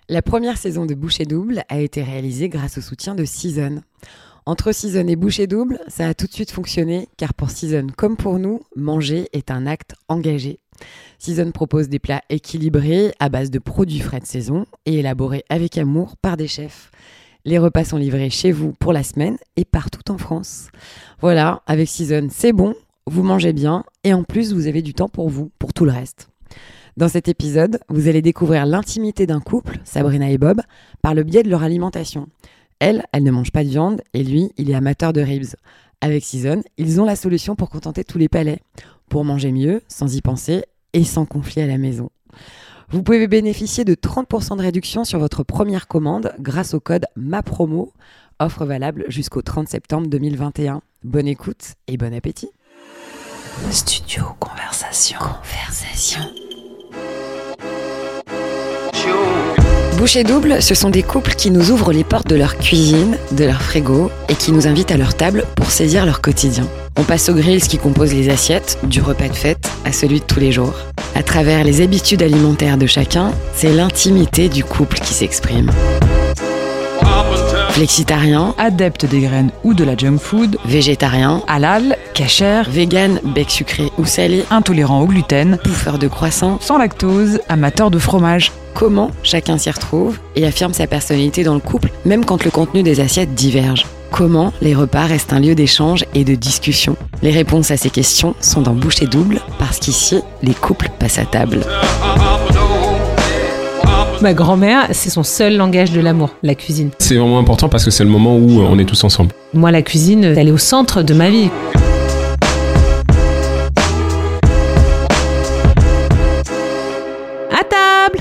La première saison de Bouchée Double a été réalisée grâce au soutien de Season. Entre Season et Bouchée Double, ça a tout de suite fonctionné, car pour Season comme pour nous, manger est un acte engagé. Season propose des plats équilibrés à base de produits frais de saison et élaborés avec amour par des chefs. Les repas sont livrés chez vous pour la semaine et partout en France. Voilà, avec Season, c'est bon, vous mangez bien et en plus vous avez du temps pour vous, pour tout le reste. Dans cet épisode, vous allez découvrir l'intimité d'un couple, Sabrina et Bob, par le biais de leur alimentation. Elle ne mange pas de viande et lui, il est amateur de ribs. Avec Season, ils ont la solution pour contenter tous les palais, pour manger mieux, sans y penser et sans conflit à la maison. Vous pouvez bénéficier de 30% de réduction sur votre première commande grâce au code MAPROMO, offre valable jusqu'au 30 septembre 2021. Bonne écoute et bon appétit. Studio Conversation. Bouchée Double, ce sont des couples qui nous ouvrent les portes de leur cuisine, de leur frigo et qui nous invitent à leur table pour saisir leur quotidien. On passe aux grilles qui composent les assiettes, du repas de fête à celui de tous les jours. À travers les habitudes alimentaires de chacun, c'est l'intimité du couple qui s'exprime. Flexitarien, adepte des graines ou de la junk food, végétarien, halal, kasher, vegan, bec sucré ou salé, intolérant au gluten, bouffeur de croissants, sans lactose, amateur de fromage. Comment chacun s'y retrouve et affirme sa personnalité dans le couple, même quand le contenu des assiettes diverge. Comment les repas restent un lieu d'échange et de discussion. Les réponses à ces questions sont dans Bouchée Double, parce qu'ici, les couples passent à table. Ma grand-mère, c'est son seul langage de l'amour, la cuisine. C'est vraiment important parce que c'est le moment où on est tous ensemble. Moi, la cuisine, elle est au centre de ma vie. À table!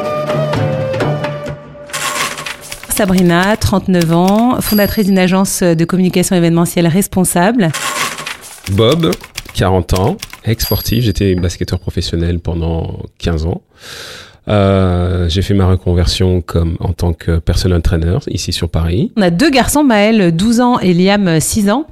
Sabrina, 39 ans, fondatrice d'une agence de communication événementielle responsable. Bob, 40 ans, ex-sportif, j'étais basketteur professionnel pendant 15 ans. J'ai fait ma reconversion en tant que personal trainer ici sur Paris. On a 2 garçons, Maël 12 ans et Liam 6 ans.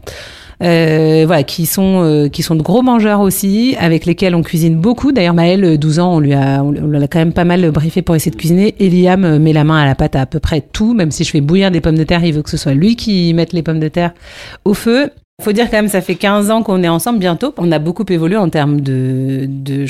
Qui sont de gros mangeurs aussi, avec lesquels on cuisine beaucoup. D'ailleurs, Maël, 12 ans, on l'a quand même pas mal briefé pour essayer de cuisiner. Et Liam met la main à la pâte à peu près tout. Même si je fais bouillir des pommes de terre, il veut que ce soit lui qui mette les pommes de terre au feu. Faut dire quand même, ça fait 15 ans qu'on est ensemble bientôt. On a beaucoup évolué en termes de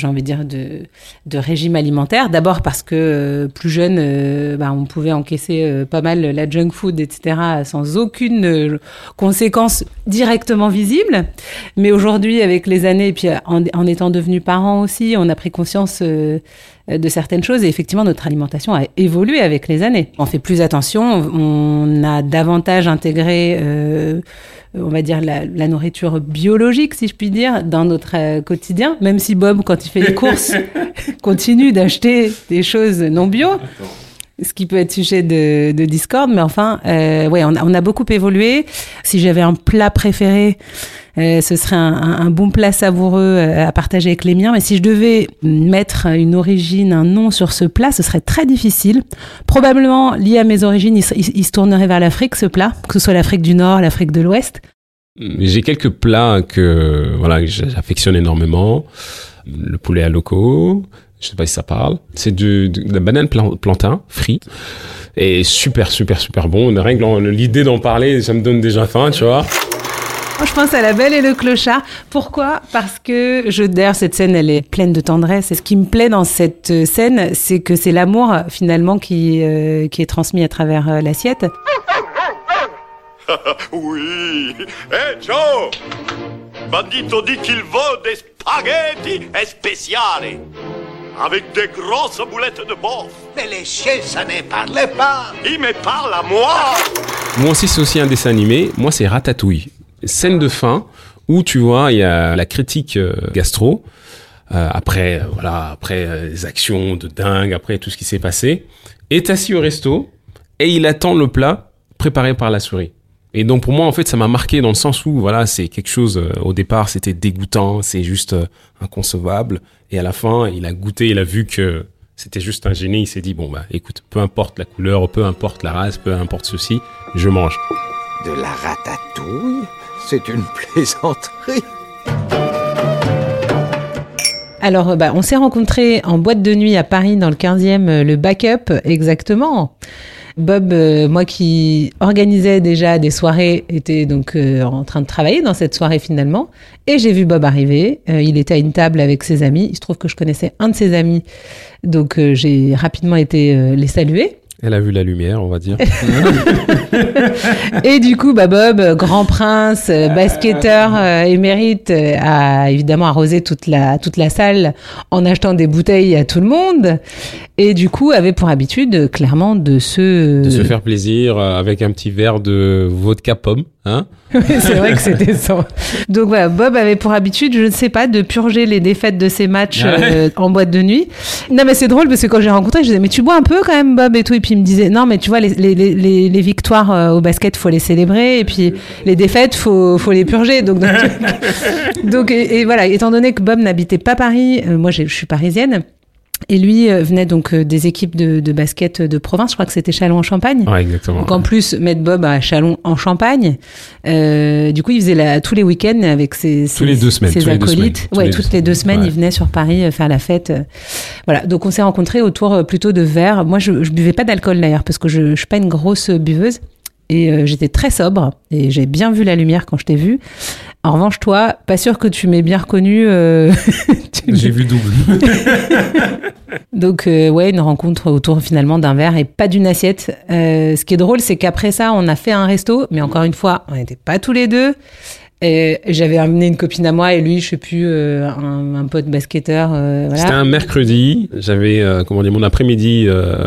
régime alimentaire. D'abord parce que plus jeune, on pouvait encaisser pas mal la junk food, etc., sans aucune conséquence directement visible. Mais aujourd'hui, avec les années, et puis en étant devenus parents aussi, on a pris conscience de certaines choses. Et effectivement, notre alimentation a évolué avec les années. On fait plus attention, on a davantage intégré on va dire la nourriture biologique, si je puis dire, dans notre quotidien. Même si Bob, quand il fait les courses, continue d'acheter des choses non bio, ce qui peut être sujet de discorde. Mais enfin, on a beaucoup évolué. Si j'avais un plat préféré, ce serait un bon plat savoureux à partager avec les miens. Mais si je devais mettre une origine, un nom sur ce plat, ce serait très difficile. Probablement lié à mes origines, il se tournerait vers l'Afrique, ce plat, que ce soit l'Afrique du Nord, l'Afrique de l'Ouest. J'ai quelques plats que j'affectionne énormément. Le poulet à loco, je sais pas si ça parle. C'est de la banane plantain frit. Et super bon. L'idée d'en parler, ça me donne déjà faim, tu vois. Je pense à La Belle et le Clochard. Pourquoi ? Parce que d'ailleurs, cette scène, elle est pleine de tendresse. Et ce qui me plaît dans cette scène, c'est que c'est l'amour, finalement, qui est transmis à travers l'assiette. Oui. Joe! Bandito dit qu'il veut des spaghetti speciali. Avec des grosses boulettes de bœuf. Mais les chiens, ça ne parlait pas. Il me parle à moi. Moi aussi, c'est aussi un dessin animé. Moi, c'est Ratatouille. Scène de fin où, tu vois, il y a la critique gastro. Après les actions de dingue, après tout ce qui s'est passé, est assis au resto et il attend le plat préparé par la souris. Et donc pour moi, en fait, ça m'a marqué dans le sens où, voilà, c'est quelque chose, au départ, c'était dégoûtant, c'est juste inconcevable. Et à la fin, il a goûté, il a vu que c'était juste un génie. Il s'est dit, écoute, peu importe la couleur, peu importe la race, peu importe ceci, je mange. De la ratatouille ? C'est une plaisanterie. Alors, on s'est rencontrés en boîte de nuit à Paris, dans le 15e, le Backup, exactement. Bob, moi qui organisais déjà des soirées, était donc en train de travailler dans cette soirée finalement. Et j'ai vu Bob arriver. Il était à une table avec ses amis. Il se trouve que je connaissais un de ses amis. Donc j'ai rapidement été les saluer. Elle a vu la lumière, on va dire. Et du coup, Bob, grand prince, basketteur émérite, a évidemment arrosé toute la salle en achetant des bouteilles à tout le monde. Et du coup, avait pour habitude, clairement, de se faire plaisir avec un petit verre de vodka pomme, hein. C'est vrai que c'était ça. Donc voilà, Bob avait pour habitude, je ne sais pas, de purger les défaites de ses matchs en boîte de nuit. Non mais c'est drôle parce que quand j'ai rencontré, je disais mais tu bois un peu quand même Bob et tout, et puis il me disait non mais tu vois les victoires au basket faut les célébrer et puis les défaites faut les purger. Donc et voilà, étant donné que Bob n'habitait pas Paris, moi je suis parisienne. Et lui venait donc des équipes de basket de province, je crois que c'était Châlons-en-Champagne. Ouais, exactement. Donc en plus, mettre Bob à Châlons-en-Champagne, du coup il faisait tous les week-ends avec ses acolytes. Toutes les deux semaines, il venait sur Paris faire la fête. Voilà, donc on s'est rencontrés autour plutôt de verres. Moi, je buvais pas d'alcool d'ailleurs parce que je suis pas une grosse buveuse. Et j'étais très sobre et j'ai bien vu la lumière quand je t'ai vue. En revanche, toi, pas sûr que tu m'aies bien reconnue. J'ai vu double. Donc, une rencontre autour finalement d'un verre et pas d'une assiette. Ce qui est drôle, c'est qu'après ça, on a fait un resto, mais encore une fois, on n'était pas tous les deux. Et j'avais amené une copine à moi et lui, je sais plus, un pote basketteur. Voilà. C'était un mercredi. J'avais mon après-midi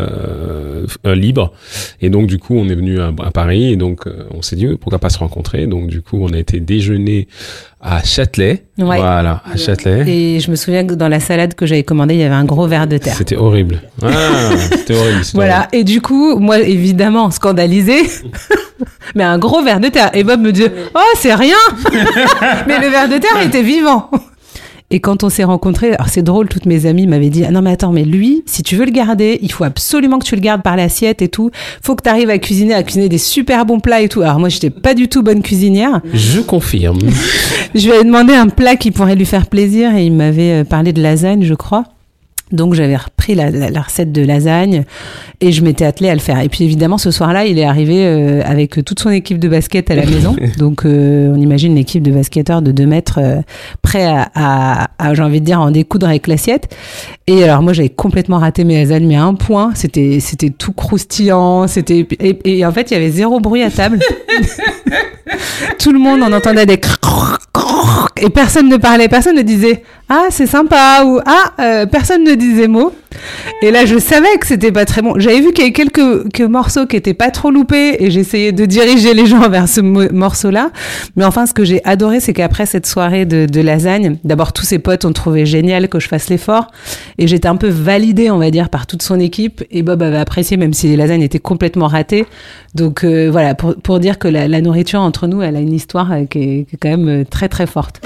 libre. Et donc, du coup, on est venu à Paris. Et donc, on s'est dit, pourquoi pas se rencontrer. Donc, du coup, on a été déjeuner à Châtelet. Ouais. Voilà, à Châtelet. Et je me souviens que dans la salade que j'avais commandée, il y avait un gros ver de terre. C'était horrible. C'était horrible. Voilà. Horrible. Et du coup, moi, évidemment, scandalisée, mais un gros ver de terre. Et Bob me dit, oh, c'est rien! Mais le ver de terre était vivant. Et quand on s'est rencontrés, alors c'est drôle, toutes mes amies m'avaient dit, ah non mais attends, mais lui, si tu veux le garder, il faut absolument que tu le gardes par l'assiette et tout. Faut que tu arrives à cuisiner des super bons plats et tout. Alors moi, j'étais pas du tout bonne cuisinière. Je confirme. Je lui avais demandé un plat qui pourrait lui faire plaisir et il m'avait parlé de lasagne, je crois. Donc j'avais repris la recette de lasagne et je m'étais attelée à le faire. Et puis évidemment ce soir-là, il est arrivé avec toute son équipe de basket à la maison. Donc on imagine l'équipe de basketteurs de 2 mètres prêts à j'ai envie de dire, en découdre avec l'assiette. Et alors moi j'avais complètement raté mes lasagnes, mais à un point, c'était tout croustillant. Et en fait il y avait 0 bruit à table. Tout le monde en entendait des et personne ne parlait, personne ne disait ah c'est sympa ou personne ne disait mot. Et là je savais que c'était pas très bon. J'avais vu qu'il y avait quelques morceaux qui étaient pas trop loupés et j'essayais de diriger les gens vers ce morceau-là. Mais enfin ce que j'ai adoré, c'est qu'après cette soirée de lasagne, d'abord tous ses potes ont trouvé génial que je fasse l'effort et j'étais un peu validée, on va dire, par toute son équipe, et Bob avait apprécié même si les lasagnes étaient complètement ratées. Donc voilà, pour dire que la nourriture entre nous, elle a une histoire qui est quand même très très forte.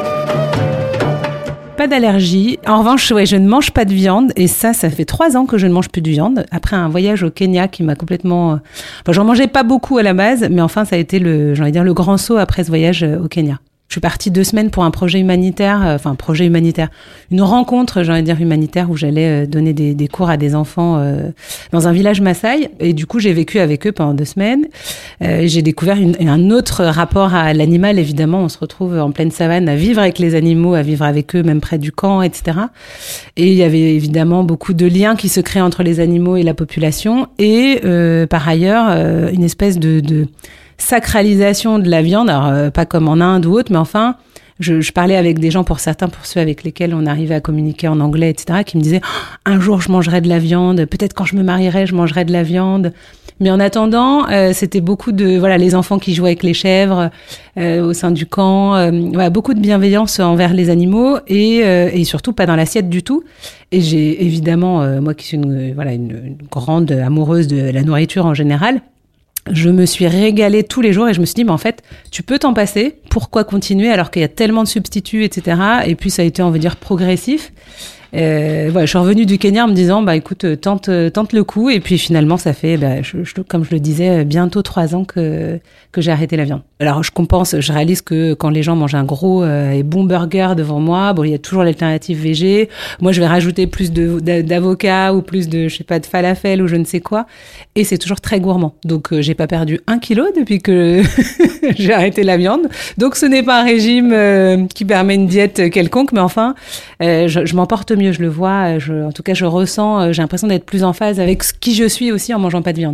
Pas d'allergie. En revanche, je ne mange pas de viande. Et ça fait 3 ans que je ne mange plus de viande. Après un voyage au Kenya qui m'a complètement... Enfin, j'en mangeais pas beaucoup à la base, mais enfin, ça a été le grand saut après ce voyage au Kenya. Je suis partie 2 semaines pour un projet humanitaire, une rencontre, humanitaire, où j'allais donner des cours à des enfants dans un village Maasai. Et du coup, j'ai vécu avec eux pendant 2 semaines. J'ai découvert un autre rapport à l'animal. Évidemment, on se retrouve en pleine savane à vivre avec les animaux, à vivre avec eux, même près du camp, etc. Et il y avait évidemment beaucoup de liens qui se créent entre les animaux et la population. Et par ailleurs, une espèce de sacralisation de la viande, alors pas comme en Inde ou autre, mais enfin, je parlais avec des gens, pour ceux avec lesquels on arrivait à communiquer en anglais, etc., qui me disaient un jour je mangerai de la viande, peut-être quand je me marierai je mangerai de la viande. Mais en attendant, c'était beaucoup de les enfants qui jouaient avec les chèvres au sein du camp, beaucoup de bienveillance envers les animaux et surtout pas dans l'assiette du tout. Et j'ai évidemment, moi qui suis une grande amoureuse de la nourriture en général, je me suis régalée tous les jours et je me suis dit, mais en fait, tu peux t'en passer pourquoi continuer alors qu'il y a tellement de substituts, etc. Et puis ça a été, on va dire, progressif. Voilà, je suis revenue du Kenya en me disant, bah écoute, tente le coup. Et puis finalement, ça fait, comme je le disais, bientôt 3 ans que j'ai arrêté la viande. Alors je compense, je réalise que quand les gens mangent un gros et bon burger devant moi, bon, il y a toujours l'alternative végé. Moi, je vais rajouter plus d'avocat ou plus de, je sais pas, de falafel ou je ne sais quoi. Et c'est toujours très gourmand. Donc j'ai pas perdu 1 kilo depuis que j'ai arrêté la viande. Donc ce n'est pas un régime qui permet une diète quelconque, mais enfin, je m'en porte mieux, je le vois. En tout cas, je ressens, j'ai l'impression d'être plus en phase avec qui je suis aussi en mangeant pas de viande.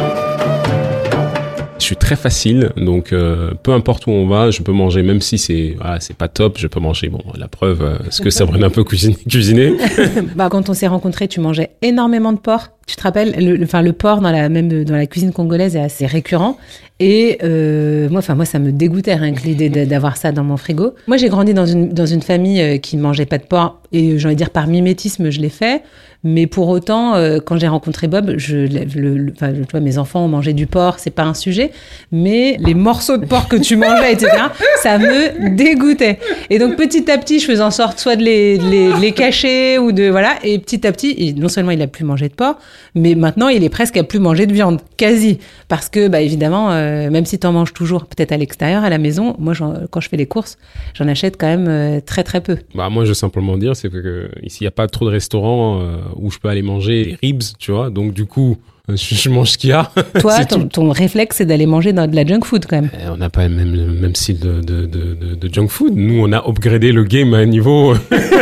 Je suis très facile, donc peu importe où on va, je peux manger, même si c'est pas top, je peux manger. Bon, la preuve, ce que Sabrina peut cuisiner. Quand on s'est rencontrés, tu mangeais énormément de porc. Tu te rappelles, le porc dans la cuisine congolaise est assez récurrent. Et moi, ça me dégoûtait rien que l'idée d'avoir ça dans mon frigo. Moi, j'ai grandi dans une famille qui ne mangeait pas de porc. Et j'ai envie de dire, par mimétisme, je l'ai fait. Mais pour autant, quand j'ai rencontré Bob, tu vois, mes enfants ont mangé du porc, c'est pas un sujet. Mais les morceaux de porc que tu mangeais, etc., ça me dégoûtait. Et donc, petit à petit, je faisais en sorte soit de les cacher ou de, voilà. Et petit à petit, non seulement il a plus mangé de porc, mais maintenant, il est presque à plus manger de viande. Quasi. Parce que, évidemment, même si tu en manges toujours, peut-être à l'extérieur, à la maison, moi, quand je fais les courses, j'en achète quand même très, très peu. Moi, je veux simplement dire, c'est que ici, il n'y a pas trop de restaurants où je peux aller manger les ribs, tu vois. Donc, du coup, je mange ce qu'il y a. Toi, ton réflexe, c'est d'aller manger dans de la junk food, quand même. On n'a pas le même style de junk food. Nous, on a upgradé le game à un niveau...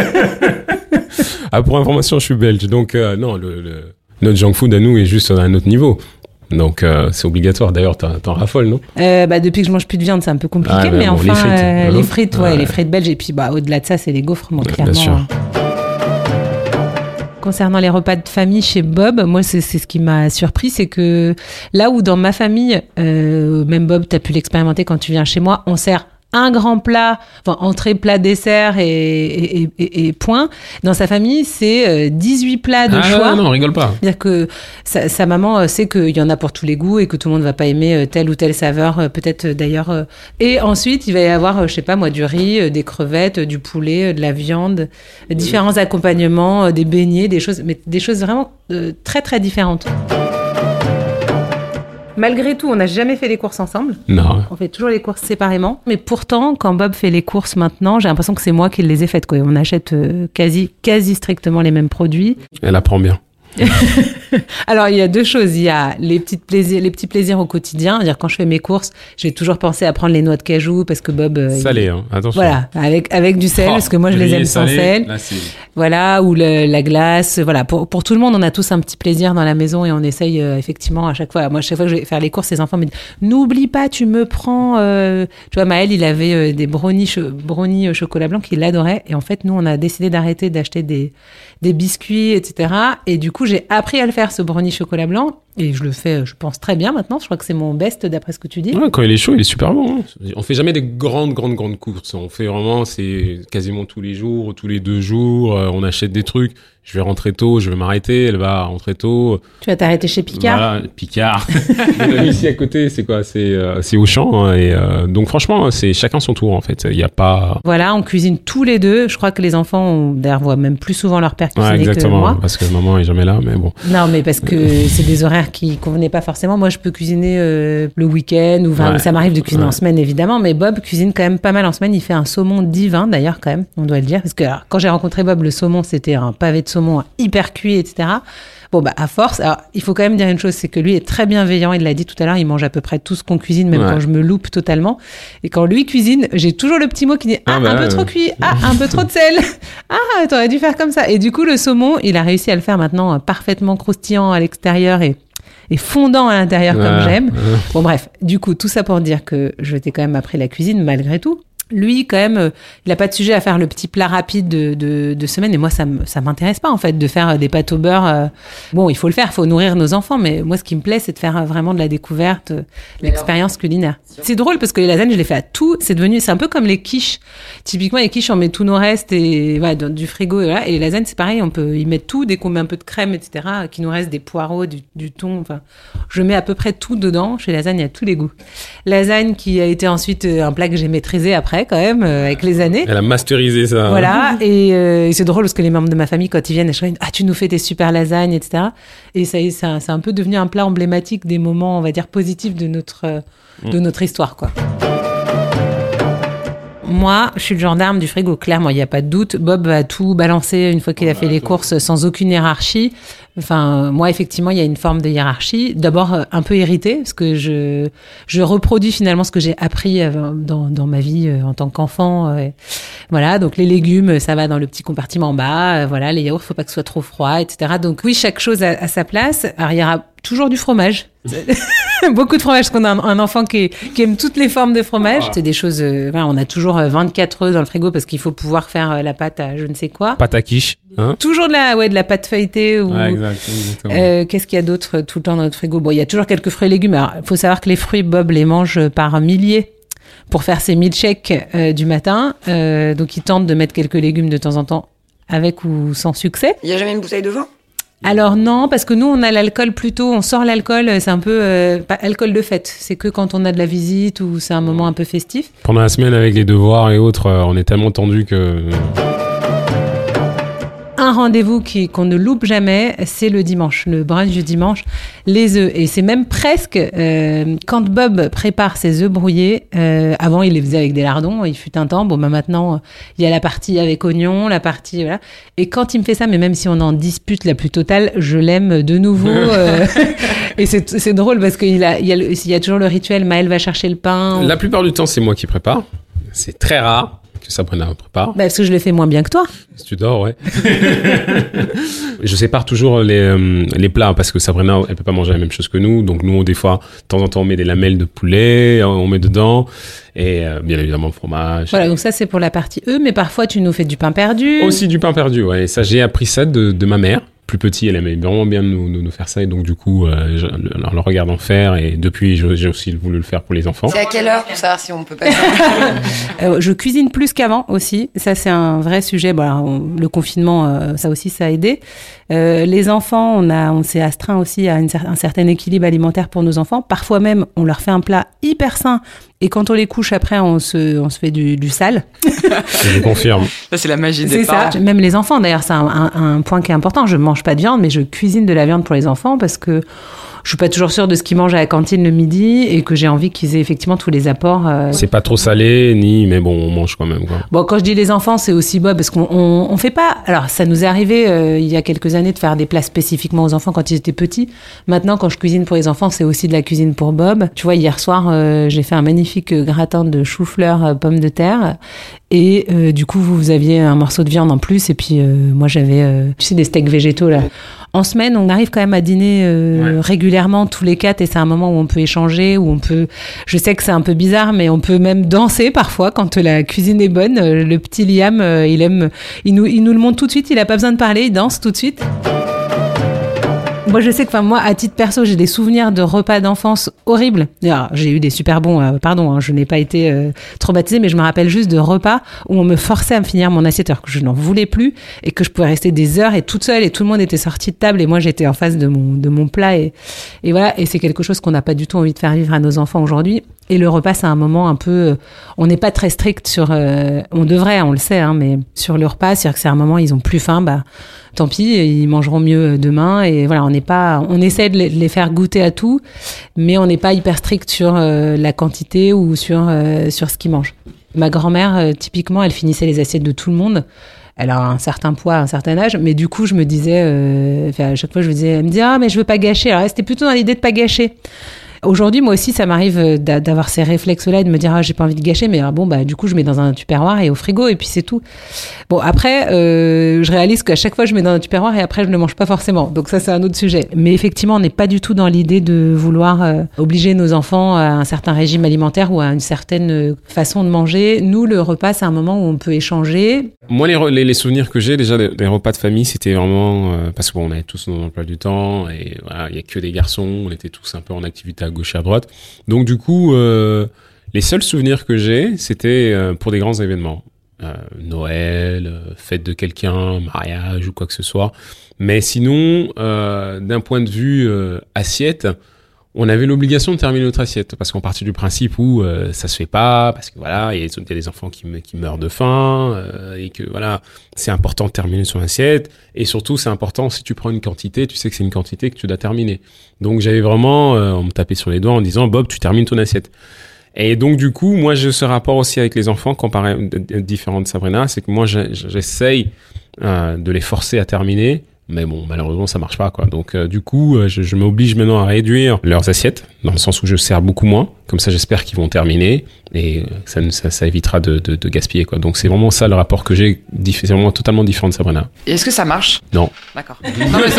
pour information, je suis belge. Donc, non, notre junk food à nous est juste à un autre niveau. Donc, c'est obligatoire. D'ailleurs, t'en raffoles, non? Depuis que je mange plus de viande, c'est un peu compliqué, mais enfin, les frites, les frites belges. Et puis, au-delà de ça, c'est les gaufres, clairement. Bien sûr. Concernant les repas de famille chez Bob, moi, c'est ce qui m'a surpris, c'est que là où dans ma famille, même Bob, t'as pu l'expérimenter quand tu viens chez moi, on sert un grand plat, entrée, plat, dessert et point. Dans sa famille, c'est 18 plats de choix. Non, on rigole pas. C'est-à-dire que sa maman sait qu'il y en a pour tous les goûts et que tout le monde va pas aimer telle ou telle saveur, peut-être d'ailleurs. Et ensuite, il va y avoir, je sais pas moi, du riz, des crevettes, du poulet, de la viande, différents accompagnements, des beignets, des choses vraiment très très différentes. Malgré tout, on n'a jamais fait les courses ensemble. Non. On fait toujours les courses séparément. Mais pourtant, quand Bob fait les courses maintenant, j'ai l'impression que c'est moi qui les ai faites, quoi. On achète quasi strictement les mêmes produits. Elle apprend bien. Alors, il y a 2 choses. Il y a les petits plaisirs au quotidien. C'est-à-dire, quand je fais mes courses, je vais toujours penser à prendre les noix de cajou parce que Bob... Salé, attention. Voilà, avec du sel, parce que moi, je les aime sans sel. Là, voilà, ou la glace. Voilà, pour tout le monde, on a tous un petit plaisir dans la maison et on essaye effectivement à chaque fois. Moi, chaque fois que je vais faire les courses, les enfants me disent « N'oublie pas, tu me prends... Tu vois, Maël, il avait des brownies chocolat blanc qu'il adorait. Et en fait, nous, on a décidé d'arrêter d'acheter des biscuits, etc. Et du coup, j'ai appris à le faire, ce brownie chocolat blanc. Et je le fais, je pense, très bien maintenant. Je crois que c'est mon best, d'après ce que tu dis. Ouais, quand il est chaud, il est super bon. On fait jamais des grandes courses. On fait vraiment, c'est quasiment tous les jours, tous les 2 jours. On achète des trucs. Je vais rentrer tôt, je vais m'arrêter. Elle va rentrer tôt. Tu vas t'arrêter chez Picard? Voilà, Picard. Ici à côté, c'est quoi? C'est Auchan. Hein, et donc franchement, c'est chacun son tour en fait. Il y a pas. Voilà, on cuisine tous les 2. Je crois que les enfants, d'ailleurs, voient même plus souvent leur père cuisiner exactement, que moi. Parce que maman est jamais là, mais bon. Non, mais parce que c'est des horaires qui convenaient pas forcément. Moi, je peux cuisiner le week-end ou ça m'arrive de cuisiner en semaine évidemment, mais Bob cuisine quand même pas mal en semaine. Il fait un saumon divin d'ailleurs quand même, on doit le dire, parce que quand j'ai rencontré Bob, le saumon c'était un pavé de saumon hyper cuit, etc. Bon, à force, alors, il faut quand même dire une chose, c'est que lui est très bienveillant, il l'a dit tout à l'heure, il mange à peu près tout ce qu'on cuisine, même quand je me loupe totalement. Et quand lui cuisine, j'ai toujours le petit mot qui dit « un peu trop cuit, un peu trop de sel, t'aurais dû faire comme ça ». Et du coup, le saumon, il a réussi à le faire maintenant parfaitement croustillant à l'extérieur et fondant à l'intérieur comme j'aime. Bon, bref, du coup, tout ça pour dire que je t'ai quand même appris la cuisine malgré tout. Lui, quand même, il a pas de sujet à faire le petit plat rapide de semaine. Et moi, ça m'intéresse pas, en fait, de faire des pâtes au beurre. Bon, il faut le faire, il faut nourrir nos enfants. Mais moi, ce qui me plaît, c'est de faire vraiment de la découverte, l'expérience culinaire. C'est drôle parce que les lasagnes, je les fais à tout. C'est un peu comme les quiches. Typiquement, les quiches, on met tous nos restes et, du frigo. Et, voilà. Et les lasagnes, c'est pareil. On peut y mettre tout, dès qu'on met un peu de crème, etc., qu'il nous reste des poireaux, du thon. Enfin, je mets à peu près tout dedans. Chez lasagne, il y a tous les goûts. Lasagne qui a été ensuite un plat que j'ai maîtrisé après, quand même, avec les années. Elle a masterisé ça. Voilà, et c'est drôle parce que les membres de ma famille, quand ils viennent, je dis « Ah, tu nous fais des super lasagnes, etc. » Et ça c'est un peu devenu un plat emblématique des moments, on va dire, positifs de notre histoire, quoi. Moi, je suis le gendarme du frigo, clairement, il n'y a pas de doute. Bob va tout balancer une fois qu'il a fait les courses sans aucune hiérarchie. Enfin, moi, effectivement, il y a une forme de hiérarchie. D'abord, un peu irritée, parce que je reproduis finalement ce que j'ai appris dans ma vie en tant qu'enfant. Voilà, donc les légumes, ça va dans le petit compartiment en bas. Voilà, les yaourts, faut pas que ce soit trop froid, etc. Donc oui, chaque chose a sa place. Alors, il y aura toujours du fromage. Beaucoup de fromage, parce qu'on a un enfant qui aime toutes les formes de fromage. C'est des choses... on a toujours 24 œufs dans le frigo parce qu'il faut pouvoir faire la pâte à je ne sais quoi. Pâte à quiche. Hein, toujours de la pâte feuilletée. Ou, exactement. Qu'est-ce qu'il y a d'autre tout le temps dans notre frigo? Bon, il y a toujours quelques fruits et légumes. Alors, il faut savoir que les fruits, Bob les mange par milliers pour faire ses milkshakes du matin. Donc, il tente de mettre quelques légumes de temps en temps, avec ou sans succès. Il n'y a jamais une bouteille de vin? Alors non, parce que nous, on a l'alcool plutôt, on sort l'alcool, c'est un peu pas alcool de fête. C'est que quand on a de la visite ou c'est un moment un peu festif. Pendant la semaine avec les devoirs et autres, on est tellement tendu que... Un rendez-vous qu'on ne loupe jamais, c'est le dimanche, le brunch du dimanche, les œufs. Et c'est même presque, quand Bob prépare ses œufs brouillés, avant il les faisait avec des lardons, il fut un temps, maintenant il y a la partie avec oignons, la partie, voilà. Et quand il me fait ça, mais même si on en dispute la plus totale, je l'aime de nouveau. Et c'est drôle parce qu'il y a toujours le rituel, Maëlle va chercher le pain. La plupart du temps, c'est moi qui prépare. C'est très rare que Sabrina prépare. Parce que je le fais moins bien que toi. Si tu dors, ouais. Je sépare toujours les plats parce que Sabrina, elle peut pas manger la même chose que nous. Donc nous, des fois, de temps en temps, on met des lamelles de poulet, on met dedans. Et bien évidemment, le fromage. Voilà, donc ça, c'est pour la partie œufs. Mais parfois, tu nous fais du pain perdu. Aussi du pain perdu, ouais. Et ça, j'ai appris ça de ma mère. Plus petit, elle aimait vraiment bien nous faire ça. Et donc, du coup, je le regarde en faire. Et depuis, j'ai aussi voulu le faire pour les enfants. C'est à quelle heure pour savoir si on peut pas Je cuisine plus qu'avant aussi. Ça, c'est un vrai sujet. Bon, alors, le confinement, ça aussi, ça a aidé. Les enfants, on s'est astreint aussi à un certain équilibre alimentaire pour nos enfants. Parfois même, on leur fait un plat hyper sain. Et quand on les couche après, on se fait du sale. Je confirme. Ça, c'est la magie des parents. C'est ça. Même les enfants, d'ailleurs, c'est un point qui est important. Je mange pas de viande, mais je cuisine de la viande pour les enfants parce que je suis pas toujours sûre de ce qu'ils mangent à la cantine le midi et que j'ai envie qu'ils aient effectivement tous les apports. C'est pas trop salé, mais bon, on mange quand même, quoi. Bon, quand je dis les enfants, c'est aussi Bob, parce qu'on fait pas... Alors, ça nous est arrivé il y a quelques années de faire des plats spécifiquement aux enfants quand ils étaient petits. Maintenant, quand je cuisine pour les enfants, c'est aussi de la cuisine pour Bob. Tu vois, hier soir, j'ai fait un magnifique gratin de chou-fleur, pommes de terre. Et du coup, vous aviez un morceau de viande en plus. Et puis, moi, j'avais, tu sais, des steaks végétaux, là. En semaine, on arrive quand même à dîner régulièrement tous les 4 et c'est un moment où on peut échanger, où on peut... Je sais que c'est un peu bizarre, mais on peut même danser parfois quand la cuisine est bonne. Le petit Liam, il nous le montre tout de suite, il a pas besoin de parler, il danse tout de suite. Moi, je sais que, moi, à titre perso, j'ai des souvenirs de repas d'enfance horribles. Alors, j'ai eu des super bons, je n'ai pas été traumatisée, mais je me rappelle juste de repas où on me forçait à me finir mon assiette alors que je n'en voulais plus et que je pouvais rester des heures et toute seule et tout le monde était sorti de table et moi, j'étais en face de mon plat et voilà. Et c'est quelque chose qu'on n'a pas du tout envie de faire vivre à nos enfants aujourd'hui. Et le repas, c'est un moment un peu... on n'est pas très strict sur... on devrait, on le sait, mais sur le repas, c'est-à-dire que c'est un moment, ils ont plus faim, tant pis, ils mangeront mieux demain. Et voilà, on essaie de les faire goûter à tout, mais on n'est pas hyper strict sur la quantité ou sur ce qu'ils mangent. Ma grand-mère, typiquement, elle finissait les assiettes de tout le monde. Elle a un certain poids, un certain âge, mais du coup, je me disais... à chaque fois, elle me disait, mais je veux pas gâcher. Alors, c'était plutôt dans l'idée de pas gâcher. Aujourd'hui, moi aussi, ça m'arrive d'avoir ces réflexes-là et de me dire, j'ai pas envie de gâcher, mais du coup, je mets dans un tupperware et au frigo, et puis c'est tout. Bon, après, je réalise qu'à chaque fois, je mets dans un tupperware et après, je ne mange pas forcément. Donc ça, c'est un autre sujet. Mais effectivement, on n'est pas du tout dans l'idée de vouloir obliger nos enfants à un certain régime alimentaire ou à une certaine façon de manger. Nous, le repas, c'est un moment où on peut échanger. Moi, les souvenirs que j'ai déjà des repas de famille, c'était vraiment parce qu'on avait tous nos emplois du temps et voilà, il y a que des garçons, on était tous un peu en activité à gauche et à droite. Donc du coup, les seuls souvenirs que j'ai, c'était pour des grands événements, Noël, fête de quelqu'un, mariage ou quoi que ce soit. Mais sinon, d'un point de vue assiette, on avait l'obligation de terminer notre assiette parce qu'on partait du principe où ça se fait pas parce que voilà, il y a des enfants qui meurent de faim et que voilà, c'est important de terminer son assiette et surtout c'est important si tu prends une quantité, tu sais que c'est une quantité que tu dois terminer. Donc j'avais vraiment on me tapait sur les doigts en disant Bob, tu termines ton assiette. Et donc du coup, moi j'ai ce rapport aussi avec les enfants comparé différent de Sabrina, c'est que moi j'essaye de les forcer à terminer. Mais bon, malheureusement, ça marche pas, quoi. Donc, du coup, je m'oblige maintenant à réduire leurs assiettes, dans le sens où je sers beaucoup moins. Comme ça, j'espère qu'ils vont terminer et ça évitera de gaspiller, quoi. Donc, c'est vraiment ça le rapport que j'ai. C'est vraiment totalement différent de Sabrina. Et est-ce que ça marche ? Non. D'accord. Non, mais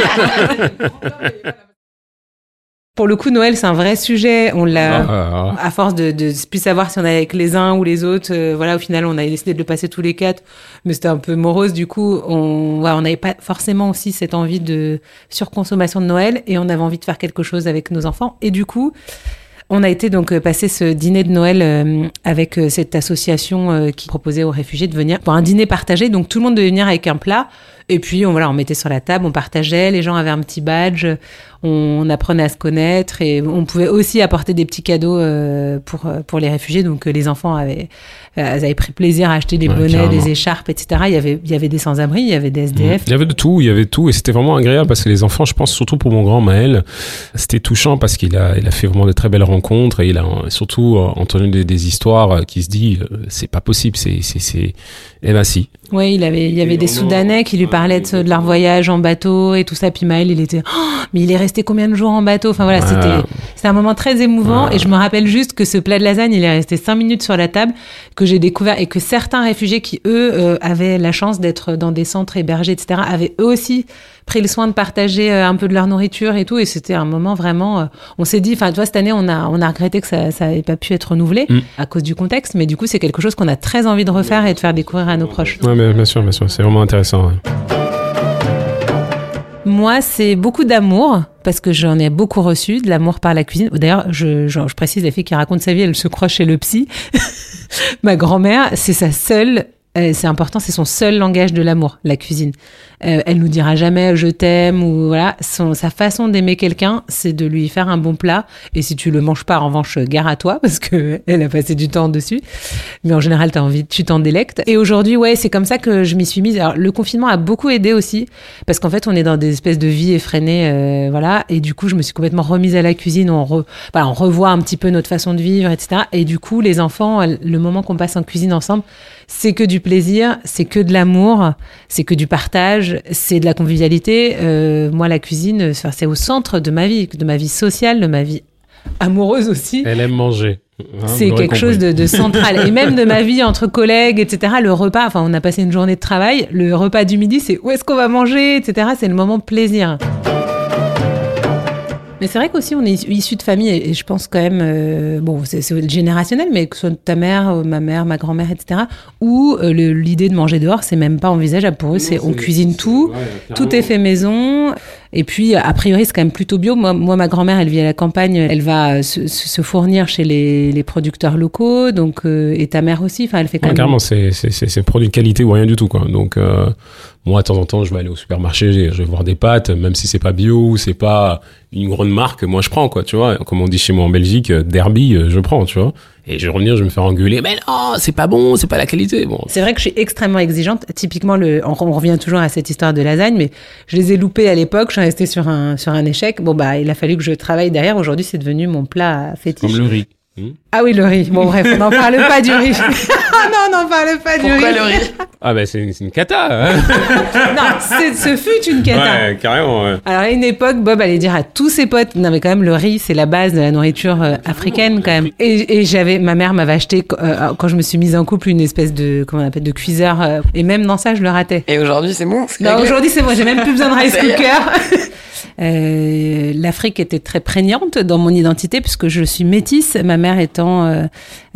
c'est... Pour le coup, Noël, c'est un vrai sujet. On l'a, à force de plus savoir si on est avec les uns ou les autres. Voilà, au final, on a décidé de le passer tous les 4, mais c'était un peu morose. Du coup, on n'avait pas forcément aussi cette envie de surconsommation de Noël et on avait envie de faire quelque chose avec nos enfants. Et du coup, on a été donc passer ce dîner de Noël avec cette association qui proposait aux réfugiés de venir pour un dîner partagé. Donc tout le monde devait venir avec un plat. Et puis on mettait sur la table, on partageait, les gens avaient un petit badge, on apprenait à se connaître et on pouvait aussi apporter des petits cadeaux pour les réfugiés. Donc les enfants avaient pris plaisir à acheter des bonnets, carrément. Des écharpes, etc. Il y avait des sans-abri, il y avait des SDF. Il y avait de tout et c'était vraiment agréable parce que les enfants, je pense surtout pour mon grand Maël, c'était touchant parce qu'il a fait vraiment de très belles rencontres et il a surtout entendu des histoires qui se dit c'est pas possible, eh ben si. Oui, il y avait des Soudanais qui lui parlaient de leur voyage en bateau et tout ça. Puis Maël, il était, mais il est resté combien de jours en bateau? Enfin voilà, c'était un moment très émouvant. Et je me rappelle juste que ce plat de lasagne, il est resté 5 minutes sur la table, que j'ai découvert et que certains réfugiés qui, eux, avaient la chance d'être dans des centres hébergés, etc., avaient eux aussi pris le soin de partager un peu de leur nourriture et tout. Et c'était un moment vraiment, on s'est dit, enfin, tu vois, cette année, on a regretté que ça avait pas pu être renouvelé à cause du contexte. Mais du coup, c'est quelque chose qu'on a très envie de refaire et de faire découvrir à nos proches. Ouais, mais bien sûr, c'est vraiment intéressant. Ouais. Moi, c'est beaucoup d'amour, parce que j'en ai beaucoup reçu, de l'amour par la cuisine. D'ailleurs, je précise, la fille qui raconte sa vie, elle se croit chez le psy. Ma grand-mère, c'est sa seule... c'est important, c'est son seul langage de l'amour, la cuisine. Elle nous dira jamais je t'aime ou voilà. Sa façon d'aimer quelqu'un, c'est de lui faire un bon plat. Et si tu le manges pas, en revanche, gare à toi parce que elle a passé du temps dessus. Mais en général, tu t'en délectes. Et aujourd'hui, ouais, c'est comme ça que je m'y suis mise. Alors, le confinement a beaucoup aidé aussi parce qu'en fait, on est dans des espèces de vie effrénées, voilà. Et du coup, je me suis complètement remise à la cuisine. On revoit un petit peu notre façon de vivre, etc. Et du coup, les enfants, le moment qu'on passe en cuisine ensemble, c'est que du plaisir, c'est que de l'amour, c'est que du partage, c'est de la convivialité. Moi, la cuisine, c'est au centre de ma vie sociale, de ma vie amoureuse aussi. Elle aime manger. C'est quelque chose de central. Et même de ma vie entre collègues, etc. Le repas, enfin, on a passé une journée de travail. Le repas du midi, c'est où est-ce qu'on va manger, etc. C'est le moment plaisir. Mais c'est vrai qu'aussi, on est issus de famille, et je pense quand même, c'est générationnel, mais que ce soit ta mère, ma mère, ma grand-mère, etc., où l'idée de manger dehors, c'est même pas envisageable. Pour eux, on cuisine tout, tout est fait maison. Et puis, a priori, c'est quand même plutôt bio. Moi, ma grand-mère, elle vit à la campagne, elle va se fournir chez les producteurs locaux, donc, et ta mère aussi, enfin, elle fait quand même... Carrément, c'est produit de qualité ou rien du tout, quoi. Donc, moi, de temps en temps, je vais aller au supermarché, je vais voir des pâtes, même si c'est pas bio ou c'est pas une grande marque, moi, je prends, quoi, tu vois. Comme on dit chez moi en Belgique, Derby, je prends, tu vois. Et je vais revenir, je vais me faire engueuler. Mais non, c'est pas bon, c'est pas la qualité. Bon. C'est vrai que je suis extrêmement exigeante. Typiquement, on revient toujours à cette histoire de lasagne, mais je les ai loupés à l'époque. Je suis restée sur un échec. Bon, il a fallu que je travaille derrière. Aujourd'hui, c'est devenu mon plat fétiche. Comme le riz. Ah oui, le riz. Bon, bref, on n'en parle pas du riz. Non, on n'en parle pas du riz. Pourquoi le riz? Ah bah c'est une cata. Hein. Non, ce fut une cata. Ouais, carrément. Ouais. Alors à une époque, Bob allait dire à tous ses potes, non mais quand même le riz c'est la base de la nourriture africaine quand même. Et ma mère m'avait acheté quand je me suis mise en couple une espèce de comment on appelle de cuiseur et même dans ça je le ratais. Et aujourd'hui, c'est bon? Non, aujourd'hui c'est bon, j'ai même plus besoin de rice cooker. L'Afrique était très prégnante dans mon identité puisque je suis métisse, ma mère étant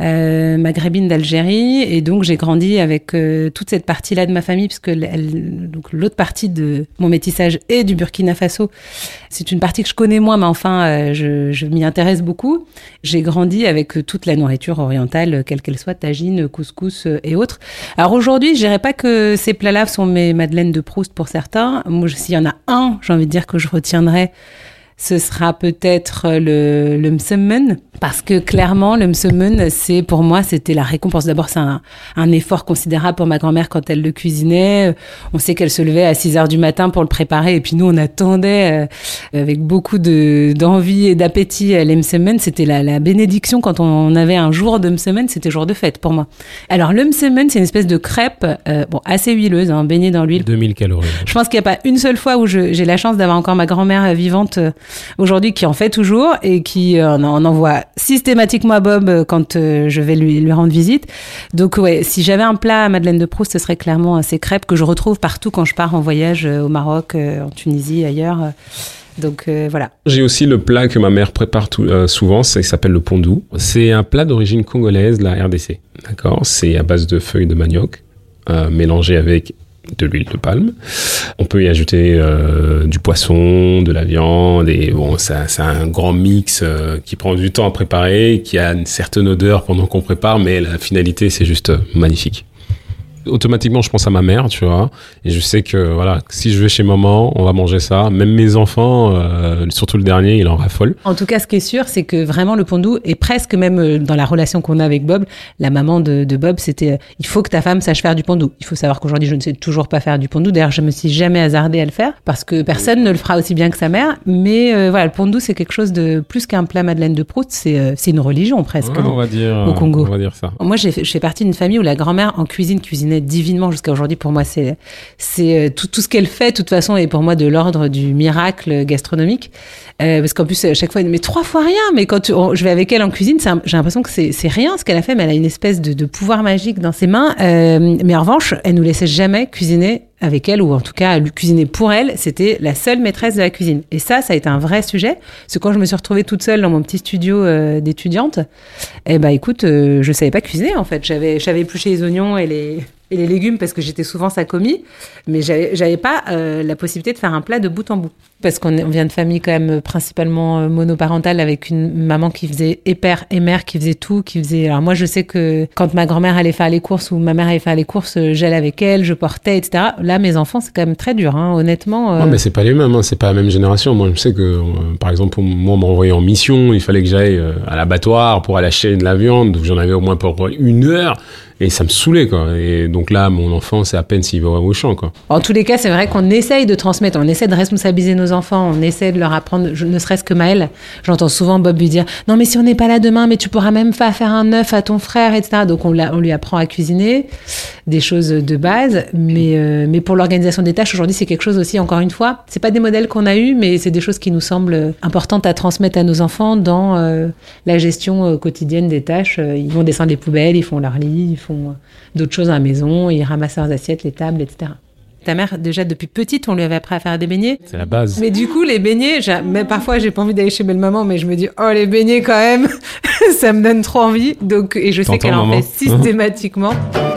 maghrébine d'Algérie et donc j'ai grandi avec toute cette partie-là de ma famille puisque donc l'autre partie de mon métissage est du Burkina Faso. C'est une partie que je connais moins mais enfin je m'y intéresse beaucoup. J'ai grandi avec toute la nourriture orientale quelle qu'elle soit, tagine, couscous et autres. Alors aujourd'hui, je dirais pas que ces plats-là sont mes madeleines de Proust pour certains. Moi, s'il y en a un, j'ai envie de dire que je retiendrai, ce sera peut-être le msemen, parce que clairement, le msemen, c'est pour moi, c'était la récompense. D'abord, c'est un effort considérable pour ma grand-mère quand elle le cuisinait. On sait qu'elle se levait à 6h du matin pour le préparer, et puis nous, on attendait avec beaucoup d'envie et d'appétit les msemen. C'était la bénédiction quand on avait un jour de msemen, c'était jour de fête pour moi. Alors, le msemen, c'est une espèce de crêpe, assez huileuse, baignée dans l'huile. 2000 calories. Je pense qu'il n'y a pas une seule fois où j'ai la chance d'avoir encore ma grand-mère vivante aujourd'hui qui en fait toujours et qui en envoie systématiquement à Bob quand je vais lui rendre visite. Donc ouais, si j'avais un plat à Madeleine de Proust, ce serait clairement ces crêpes que je retrouve partout quand je pars en voyage au Maroc, en Tunisie, ailleurs. Donc voilà. J'ai aussi le plat que ma mère prépare souvent, ça s'appelle le pondou. C'est un plat d'origine congolaise, la RDC. D'accord ? C'est à base de feuilles de manioc mélangées avec de l'huile de palme. On peut y ajouter du poisson, de la viande et bon, c'est un grand mix qui prend du temps à préparer, qui a une certaine odeur pendant qu'on prépare, mais la finalité c'est juste magnifique. Automatiquement, je pense à ma mère, tu vois, et je sais que voilà, si je vais chez maman, on va manger ça. Même mes enfants, surtout le dernier, il en raffole. En tout cas, ce qui est sûr, c'est que vraiment le pondou, et presque même dans la relation qu'on a avec Bob, la maman de Bob, c'était il faut que ta femme sache faire du pondou. Il faut savoir qu'aujourd'hui, je ne sais toujours pas faire du pondou. D'ailleurs, je me suis jamais hasardée à le faire parce que personne ne le fera aussi bien que sa mère. Mais voilà, le pondou, c'est quelque chose de plus qu'un plat Madeleine de Proust. C'est une religion presque on va dire, au Congo. On va dire ça. Moi, je fais partie d'une famille où la grand-mère en cuisinait divinement jusqu'à aujourd'hui. Pour moi, c'est tout ce qu'elle fait, de toute façon, est pour moi de l'ordre du miracle gastronomique. Parce qu'en plus, à chaque fois, elle dit, mais 3 fois rien. Mais quand je vais avec elle en cuisine, j'ai l'impression que c'est rien ce qu'elle a fait, mais elle a une espèce de pouvoir magique dans ses mains. Mais en revanche, elle nous laissait jamais cuisiner avec elle, ou en tout cas cuisiner pour elle. C'était la seule maîtresse de la cuisine. Et ça a été un vrai sujet. Parce que quand je me suis retrouvée toute seule dans mon petit studio d'étudiante, écoute, je savais pas cuisiner en fait. J'avais épluché les oignons et les légumes parce que j'étais souvent sa commis, mais j'avais pas la possibilité de faire un plat de bout en bout. Parce qu'on vient de famille quand même principalement monoparentale avec une maman qui faisait et père et mère qui faisait tout, Alors moi je sais que quand ma grand-mère allait faire les courses ou ma mère allait faire les courses, j'allais avec elle, je portais, etc. Là mes enfants c'est quand même très dur, honnêtement. Non mais c'est pas les mêmes, c'est pas la même génération. Moi je sais que par exemple moi on m'a envoyé en mission, il fallait que j'aille à l'abattoir pour aller acheter de la viande, donc j'en avais au moins pour 1 heure. Et ça me saoulait, quoi. Et donc là, mon enfant, c'est à peine s'il va au champ, quoi. En tous les cas, c'est vrai qu'on essaye de transmettre, on essaie de responsabiliser nos enfants, on essaie de leur apprendre, ne serait-ce que Maëlle. J'entends souvent Bob lui dire « Non, mais si on n'est pas là demain, mais tu pourras même pas faire un œuf à ton frère, etc. » Donc on lui apprend à cuisiner, des choses de base. Mais pour l'organisation des tâches, aujourd'hui, c'est quelque chose aussi, encore une fois, c'est pas des modèles qu'on a eus, mais c'est des choses qui nous semblent importantes à transmettre à nos enfants dans la gestion quotidienne des tâches. Ils vont descendre les poubelles, ils font leur lit, ils font d'autres choses à la maison, ils ramassent leurs assiettes, les tables, etc. Ta mère, déjà depuis petite, on lui avait appris à faire des beignets. C'est la base. Mais du coup, les beignets, mais parfois j'ai pas envie d'aller chez belle-maman, mais je me dis, oh les beignets quand même, ça me donne trop envie. Donc, et je sais qu'elle en fait systématiquement.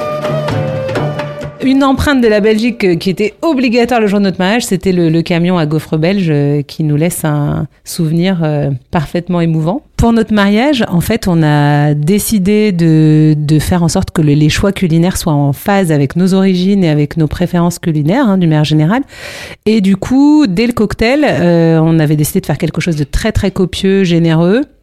Une empreinte de la Belgique qui était obligatoire le jour de notre mariage, c'était le camion à gaufres belges qui nous laisse un souvenir parfaitement émouvant. Pour notre mariage, en fait, on a décidé de faire en sorte que les choix culinaires soient en phase avec nos origines et avec nos préférences culinaires, d'une manière générale. Et du coup, dès le cocktail, on avait décidé de faire quelque chose de très, très copieux, généreux.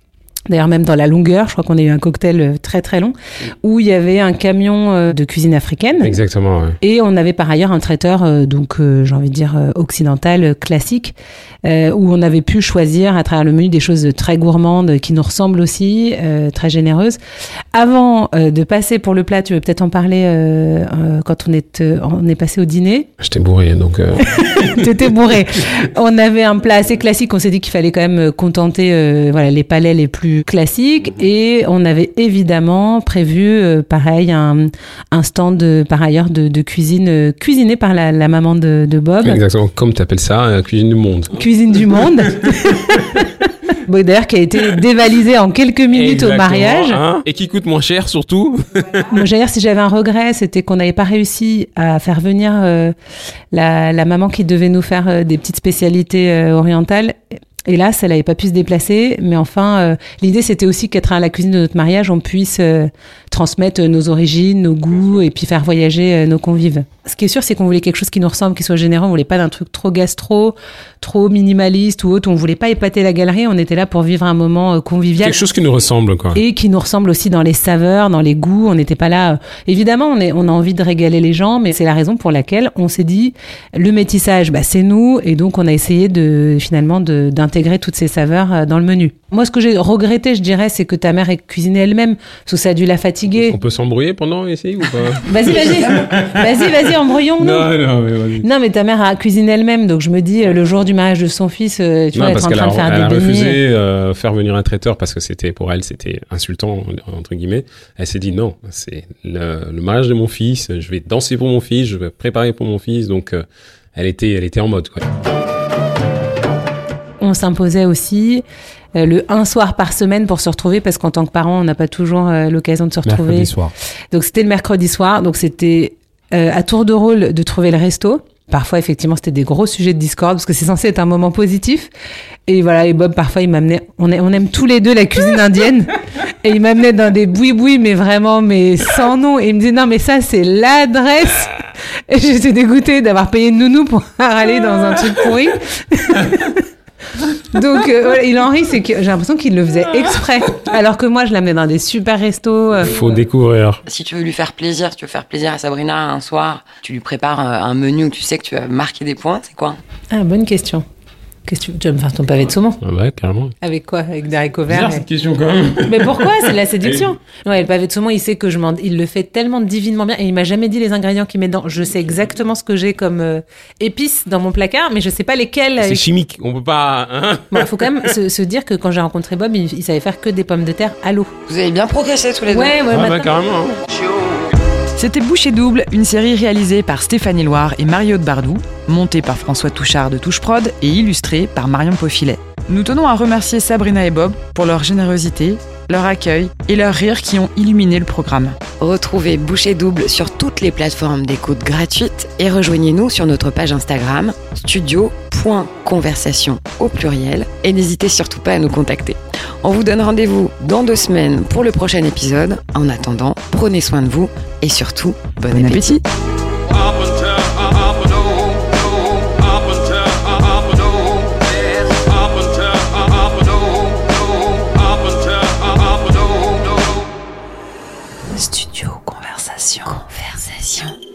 D'ailleurs, même dans la longueur, je crois qu'on a eu un cocktail très très long, où il y avait un camion de cuisine africaine. Exactement, ouais. Et on avait par ailleurs un traiteur, j'ai envie de dire occidental, classique, où on avait pu choisir à travers le menu des choses très gourmandes qui nous ressemblent aussi, très généreuses. Avant de passer pour le plat, tu veux peut-être en parler quand on est passé au dîner. J'étais bourré, donc... T'étais bourré. On avait un plat assez classique, on s'est dit qu'il fallait quand même contenter les palais les plus classique, et on avait évidemment prévu pareil un stand par ailleurs de cuisine cuisiné par la maman de Bob. Exactement, comme tu appelles ça, cuisine du monde. Cuisine du monde. Bon, d'ailleurs, qui a été dévalisé en quelques minutes au mariage. Hein, et qui coûte moins cher, surtout. Moi, j'allais dire, si j'avais un regret, c'était qu'on n'avait pas réussi à faire venir la maman qui devait nous faire des petites spécialités orientales. Hélas, elle n'avait pas pu se déplacer, mais enfin, l'idée c'était aussi qu'à travers la cuisine de notre mariage, on puisse transmettre nos origines, nos goûts, et puis faire voyager nos convives. Ce qui est sûr, c'est qu'on voulait quelque chose qui nous ressemble, qui soit généreux. On voulait pas d'un truc trop gastro, trop minimaliste ou autre. On voulait pas épater la galerie. On était là pour vivre un moment convivial. Quelque chose qui nous ressemble, quoi. Et qui nous ressemble aussi dans les saveurs, dans les goûts. On n'était pas là. Évidemment, on a envie de régaler les gens, mais c'est la raison pour laquelle on s'est dit, le métissage, c'est nous. Et donc, on a essayé d'intégrer toutes ces saveurs dans le menu. Moi, ce que j'ai regretté, je dirais, c'est que ta mère ait cuisiné elle-même, parce que ça a dû la fatiguer. On peut s'embrouiller pendant ici ou pas? Vas-y, embrouillons-nous. Non, mais vas-y. Non, mais ta mère a cuisiné elle-même, donc je me dis, le jour du mariage de son fils, tu vois, être en train de faire des beignets. Elle a refusé faire venir un traiteur parce que pour elle, c'était insultant, entre guillemets. Elle s'est dit, non, c'est le mariage de mon fils, je vais danser pour mon fils, je vais préparer pour mon fils, donc elle était en mode, quoi. On s'imposait aussi un soir par semaine pour se retrouver, parce qu'en tant que parent, on n'a pas toujours l'occasion de se retrouver. Mercredi soir. Donc c'était le mercredi soir, donc c'était à tour de rôle de trouver le resto. Parfois, effectivement, c'était des gros sujets de discorde, parce que c'est censé être un moment positif. Et voilà, et Bob, parfois, il m'amenait... On aime tous les deux la cuisine indienne. Et il m'amenait dans des boui-boui, mais sans nom. Et il me disait, non, mais ça, c'est l'adresse. Et j'étais dégoûtée d'avoir payé une nounou pour aller dans un truc pourri. Donc il en rit, c'est que j'ai l'impression qu'il le faisait exprès, alors que moi je l'amenais dans des super restos. Faut découvrir. Si tu veux lui faire plaisir, si tu veux faire plaisir à Sabrina un soir, tu lui prépares un menu où tu sais que tu vas marquer des points, c'est quoi? Ah, bonne question. Qu'est-ce que tu vas me faire ton pavé de saumon? Ah ouais, carrément. Avec quoi? Avec des haricots verts? Bizarre cette question quand même. Mais pourquoi? C'est de la séduction. Ouais, le pavé de saumon, il sait que il le fait tellement divinement bien, et il m'a jamais dit les ingrédients qu'il met dedans. Je sais exactement ce que j'ai comme épices dans mon placard, mais je sais pas lesquels. C'est chimique, on peut pas... Hein. Bon, faut quand même se dire que quand j'ai rencontré Bob, il savait faire que des pommes de terre à l'eau. Vous avez bien progressé tous les deux. Ouais, Carrément. C'était Bouchée Double, une série réalisée par Stéphanie Loire et Marie-Aude Bardou, montée par François Touchard de Touche Prod et illustrée par Marion Paufilet. Nous tenons à remercier Sabrina et Bob pour leur générosité, leur accueil et leur rire qui ont illuminé le programme. Retrouvez Bouchée Double sur toutes les plateformes d'écoute gratuites et rejoignez-nous sur notre page Instagram studio.conversation au pluriel, et n'hésitez surtout pas à nous contacter. On vous donne rendez-vous dans 2 semaines pour le prochain épisode. En attendant, prenez soin de vous et surtout, bon appétit. Studio Conversation.